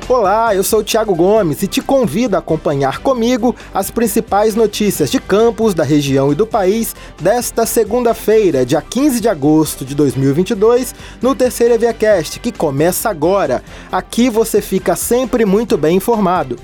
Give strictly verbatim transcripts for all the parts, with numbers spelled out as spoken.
Olá, eu sou o Thiago Gomes e te convido a acompanhar comigo as principais notícias de campus, da região e do país desta segunda-feira, dia quinze de agosto de dois mil e vinte e dois, no terceiro EVAcast, que começa agora. Aqui você fica sempre muito bem informado.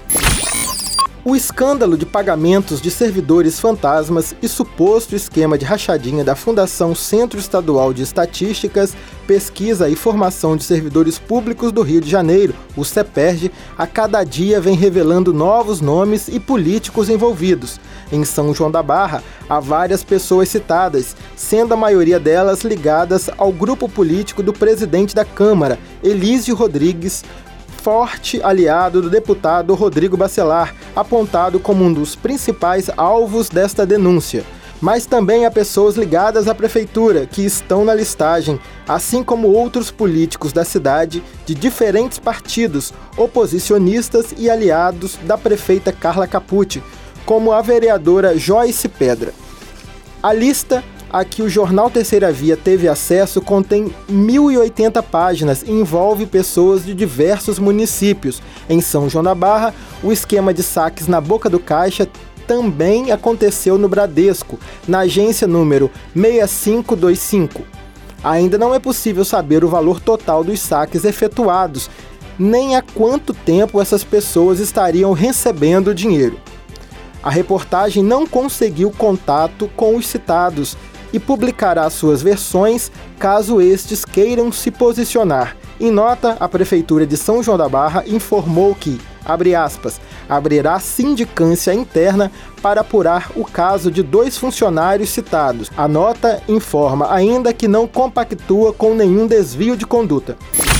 O escândalo de pagamentos de servidores fantasmas e suposto esquema de rachadinha da Fundação Centro Estadual de Estatísticas, Pesquisa e Formação de Servidores Públicos do Rio de Janeiro, o CEPERJ, a cada dia vem revelando novos nomes e políticos envolvidos. Em São João da Barra, há várias pessoas citadas, sendo a maioria delas ligadas ao grupo político do presidente da Câmara, Elísio Rodrigues, forte aliado do deputado Rodrigo Bacelar, apontado como um dos principais alvos desta denúncia. Mas também há pessoas ligadas à prefeitura que estão na listagem, assim como outros políticos da cidade de diferentes partidos, oposicionistas e aliados da prefeita Carla Capucci, como a vereadora Joyce Pedra. A lista a que o jornal Terceira Via teve acesso contém mil e oitenta páginas e envolve pessoas de diversos municípios. Em São João da Barra, o esquema de saques na Boca do Caixa também aconteceu no Bradesco, na agência número seis cinco dois cinco. Ainda não é possível saber o valor total dos saques efetuados, nem há quanto tempo essas pessoas estariam recebendo o dinheiro. A reportagem não conseguiu contato com os citados e publicará suas versões caso estes queiram se posicionar. Em nota, a Prefeitura de São João da Barra informou que, abre aspas, abrirá sindicância interna para apurar o caso de dois funcionários citados. A nota informa ainda que não compactua com nenhum desvio de conduta.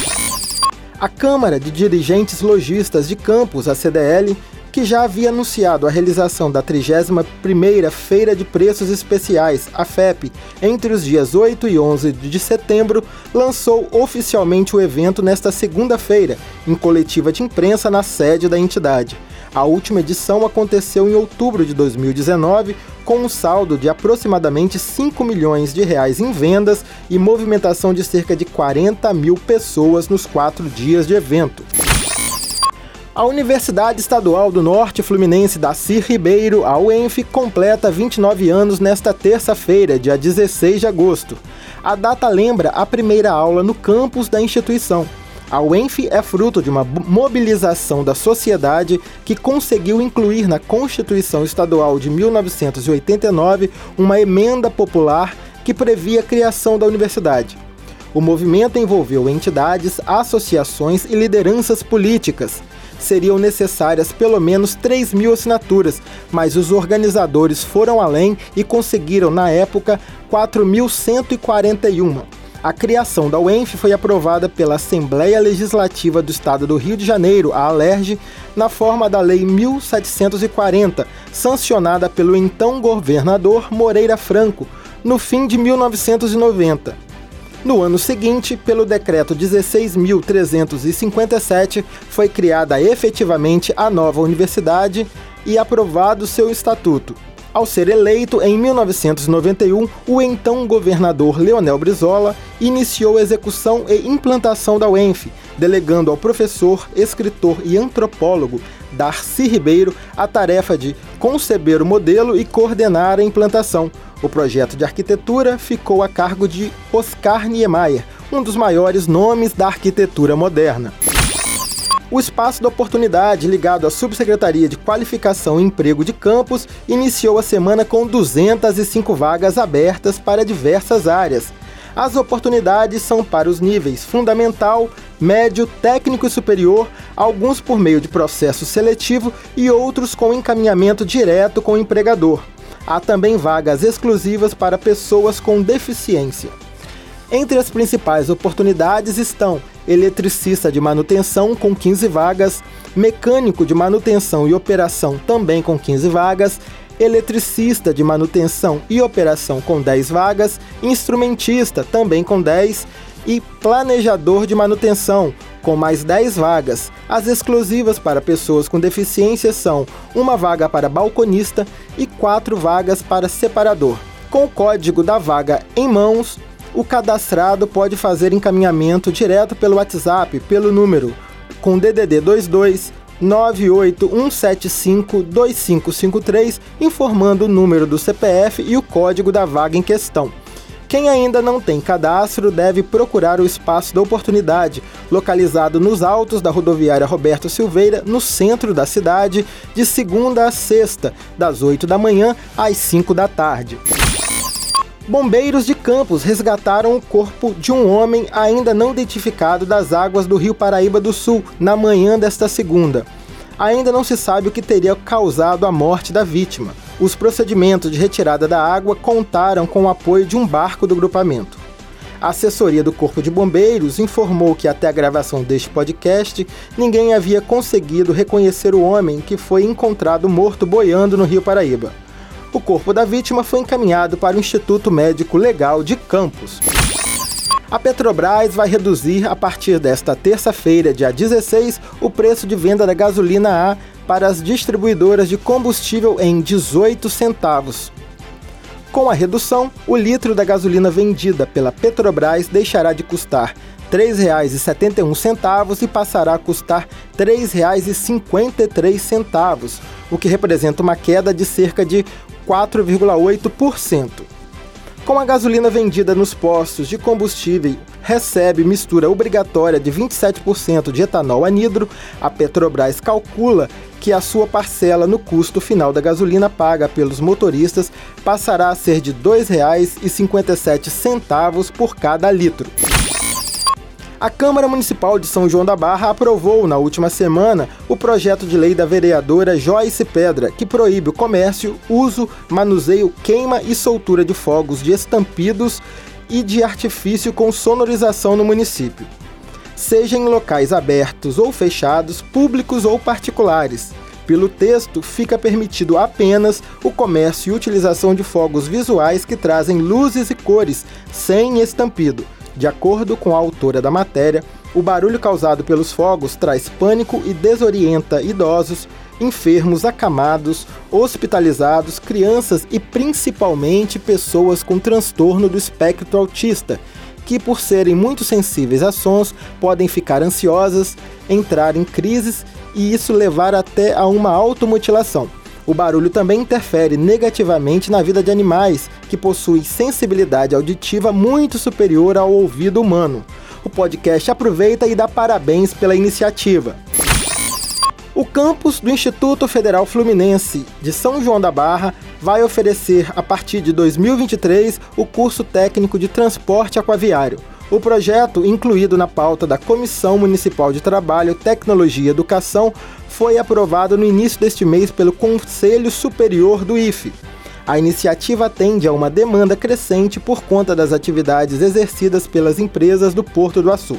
A Câmara de Dirigentes Lojistas de Campos, a C D L, que já havia anunciado a realização da trigésima primeira Feira de Preços Especiais, a FEP, entre os dias oito e onze de setembro, lançou oficialmente o evento nesta segunda-feira, em coletiva de imprensa na sede da entidade. A última edição aconteceu em outubro de dois mil e dezenove, com um saldo de aproximadamente cinco milhões de reais em vendas e movimentação de cerca de quarenta mil pessoas nos quatro dias de evento. A Universidade Estadual do Norte Fluminense Darcy Ribeiro, a U E N F, completa vinte e nove anos nesta terça-feira, dia dezesseis de agosto. A data lembra a primeira aula no campus da instituição. A U E N F é fruto de uma mobilização da sociedade que conseguiu incluir na Constituição Estadual de mil novecentos e oitenta e nove uma emenda popular que previa a criação da universidade. O movimento envolveu entidades, associações e lideranças políticas. Seriam necessárias pelo menos três mil assinaturas, mas os organizadores foram além e conseguiram, na época, quatro mil cento e quarenta e uma. A criação da U E N F foi aprovada pela Assembleia Legislativa do Estado do Rio de Janeiro, a ALERJ, na forma da Lei mil setecentos e quarenta, sancionada pelo então governador Moreira Franco, no fim de mil novecentos e noventa. No ano seguinte, pelo Decreto dezesseis mil trezentos e cinquenta e sete, foi criada efetivamente a nova universidade e aprovado seu estatuto. Ao ser eleito em mil novecentos e noventa e um, o então governador Leonel Brizola iniciou a execução e implantação da U E N F, delegando ao professor, escritor e antropólogo Darcy Ribeiro a tarefa de conceber o modelo e coordenar a implantação. O projeto de arquitetura ficou a cargo de Oscar Niemeyer, um dos maiores nomes da arquitetura moderna. O Espaço da Oportunidade, ligado à Subsecretaria de Qualificação e Emprego de Campos, iniciou a semana com duzentas e cinco vagas abertas para diversas áreas. As oportunidades são para os níveis fundamental, médio, técnico e superior, alguns por meio de processo seletivo e outros com encaminhamento direto com o empregador. Há também vagas exclusivas para pessoas com deficiência. Entre as principais oportunidades estão eletricista de manutenção com quinze vagas, mecânico de manutenção e operação também com quinze vagas, eletricista de manutenção e operação com dez vagas, instrumentista também com dez e planejador de manutenção com mais dez vagas. As exclusivas para pessoas com deficiência são uma vaga para balconista e quatro vagas para separador. Com o código da vaga em mãos, o cadastrado pode fazer encaminhamento direto pelo WhatsApp pelo número com D D D vinte e dois, nove oito um sete cinco, dois cinco cinco três, informando o número do C P F e o código da vaga em questão. Quem ainda não tem cadastro deve procurar o Espaço da Oportunidade, localizado nos altos da rodoviária Roberto Silveira, no centro da cidade, de segunda a sexta, das oito da manhã às cinco da tarde. Bombeiros de Campos resgataram o corpo de um homem ainda não identificado das águas do Rio Paraíba do Sul, na manhã desta segunda. Ainda não se sabe o que teria causado a morte da vítima. Os procedimentos de retirada da água contaram com o apoio de um barco do grupamento. A assessoria do Corpo de Bombeiros informou que até a gravação deste podcast, ninguém havia conseguido reconhecer o homem que foi encontrado morto boiando no Rio Paraíba. O corpo da vítima foi encaminhado para o Instituto Médico Legal de Campos. A Petrobras vai reduzir, a partir desta terça-feira, dia dezesseis, o preço de venda da gasolina A para as distribuidoras de combustível em dezoito centavos. Com a redução, o litro da gasolina vendida pela Petrobras deixará de custar três reais e setenta e um centavos e passará a custar três reais e cinquenta e três centavos, o que representa uma queda de cerca de quatro vírgula oito por cento. Com a gasolina vendida nos postos de combustível recebe mistura obrigatória de vinte e sete por cento de etanol anidro, a Petrobras calcula que a sua parcela no custo final da gasolina paga pelos motoristas passará a ser de dois reais e cinquenta e sete centavos por cada litro. A Câmara Municipal de São João da Barra aprovou, na última semana, o projeto de lei da vereadora Joyce Pedra, que proíbe o comércio, uso, manuseio, queima e soltura de fogos de estampidos e de artifício com sonorização no município, seja em locais abertos ou fechados, públicos ou particulares. Pelo texto, fica permitido apenas o comércio e utilização de fogos visuais que trazem luzes e cores, sem estampido. De acordo com a autora da matéria, o barulho causado pelos fogos traz pânico e desorienta idosos, enfermos, acamados, hospitalizados, crianças e principalmente pessoas com transtorno do espectro autista, que por serem muito sensíveis a sons, podem ficar ansiosas, entrar em crises e isso levar até a uma automutilação. O barulho também interfere negativamente na vida de animais, que possuem sensibilidade auditiva muito superior ao ouvido humano. O podcast aproveita e dá parabéns pela iniciativa. O campus do Instituto Federal Fluminense de São João da Barra vai oferecer, a partir de dois mil e vinte e três, o curso técnico de transporte aquaviário. O projeto, incluído na pauta da Comissão Municipal de Trabalho, Tecnologia e Educação, foi aprovado no início deste mês pelo Conselho Superior do I F E. A iniciativa atende a uma demanda crescente por conta das atividades exercidas pelas empresas do Porto do Açu.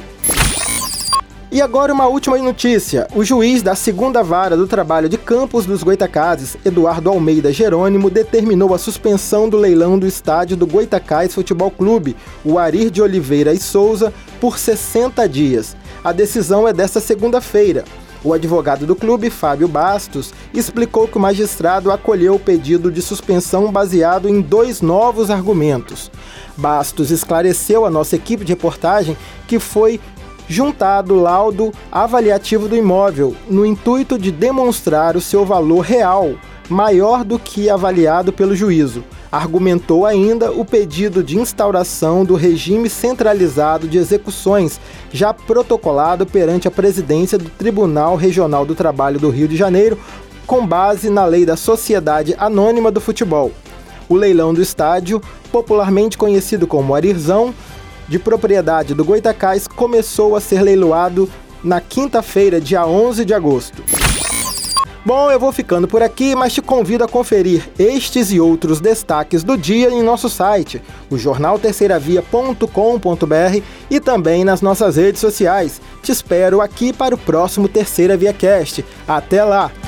E agora uma última notícia. O juiz da segunda Vara do Trabalho de Campos dos Goitacazes, Eduardo Almeida Jerônimo, determinou a suspensão do leilão do estádio do Goitacás Futebol Clube, o Arir de Oliveira e Souza, por sessenta dias. A decisão é desta segunda-feira. O advogado do clube, Fábio Bastos, explicou que o magistrado acolheu o pedido de suspensão baseado em dois novos argumentos. Bastos esclareceu à nossa equipe de reportagem que foi juntado laudo avaliativo do imóvel, no intuito de demonstrar o seu valor real, maior do que avaliado pelo juízo. Argumentou ainda o pedido de instauração do regime centralizado de execuções, já protocolado perante a presidência do Tribunal Regional do Trabalho do Rio de Janeiro, com base na lei da Sociedade Anônima do Futebol. O leilão do estádio, popularmente conhecido como Arirzão, de propriedade do Goitacás, começou a ser leiloado na quinta-feira, dia onze de agosto. Bom, eu vou ficando por aqui, mas te convido a conferir estes e outros destaques do dia em nosso site, o jornal terceira via ponto com ponto br, e também nas nossas redes sociais. Te espero aqui para o próximo Terceira Via Cast. Até lá!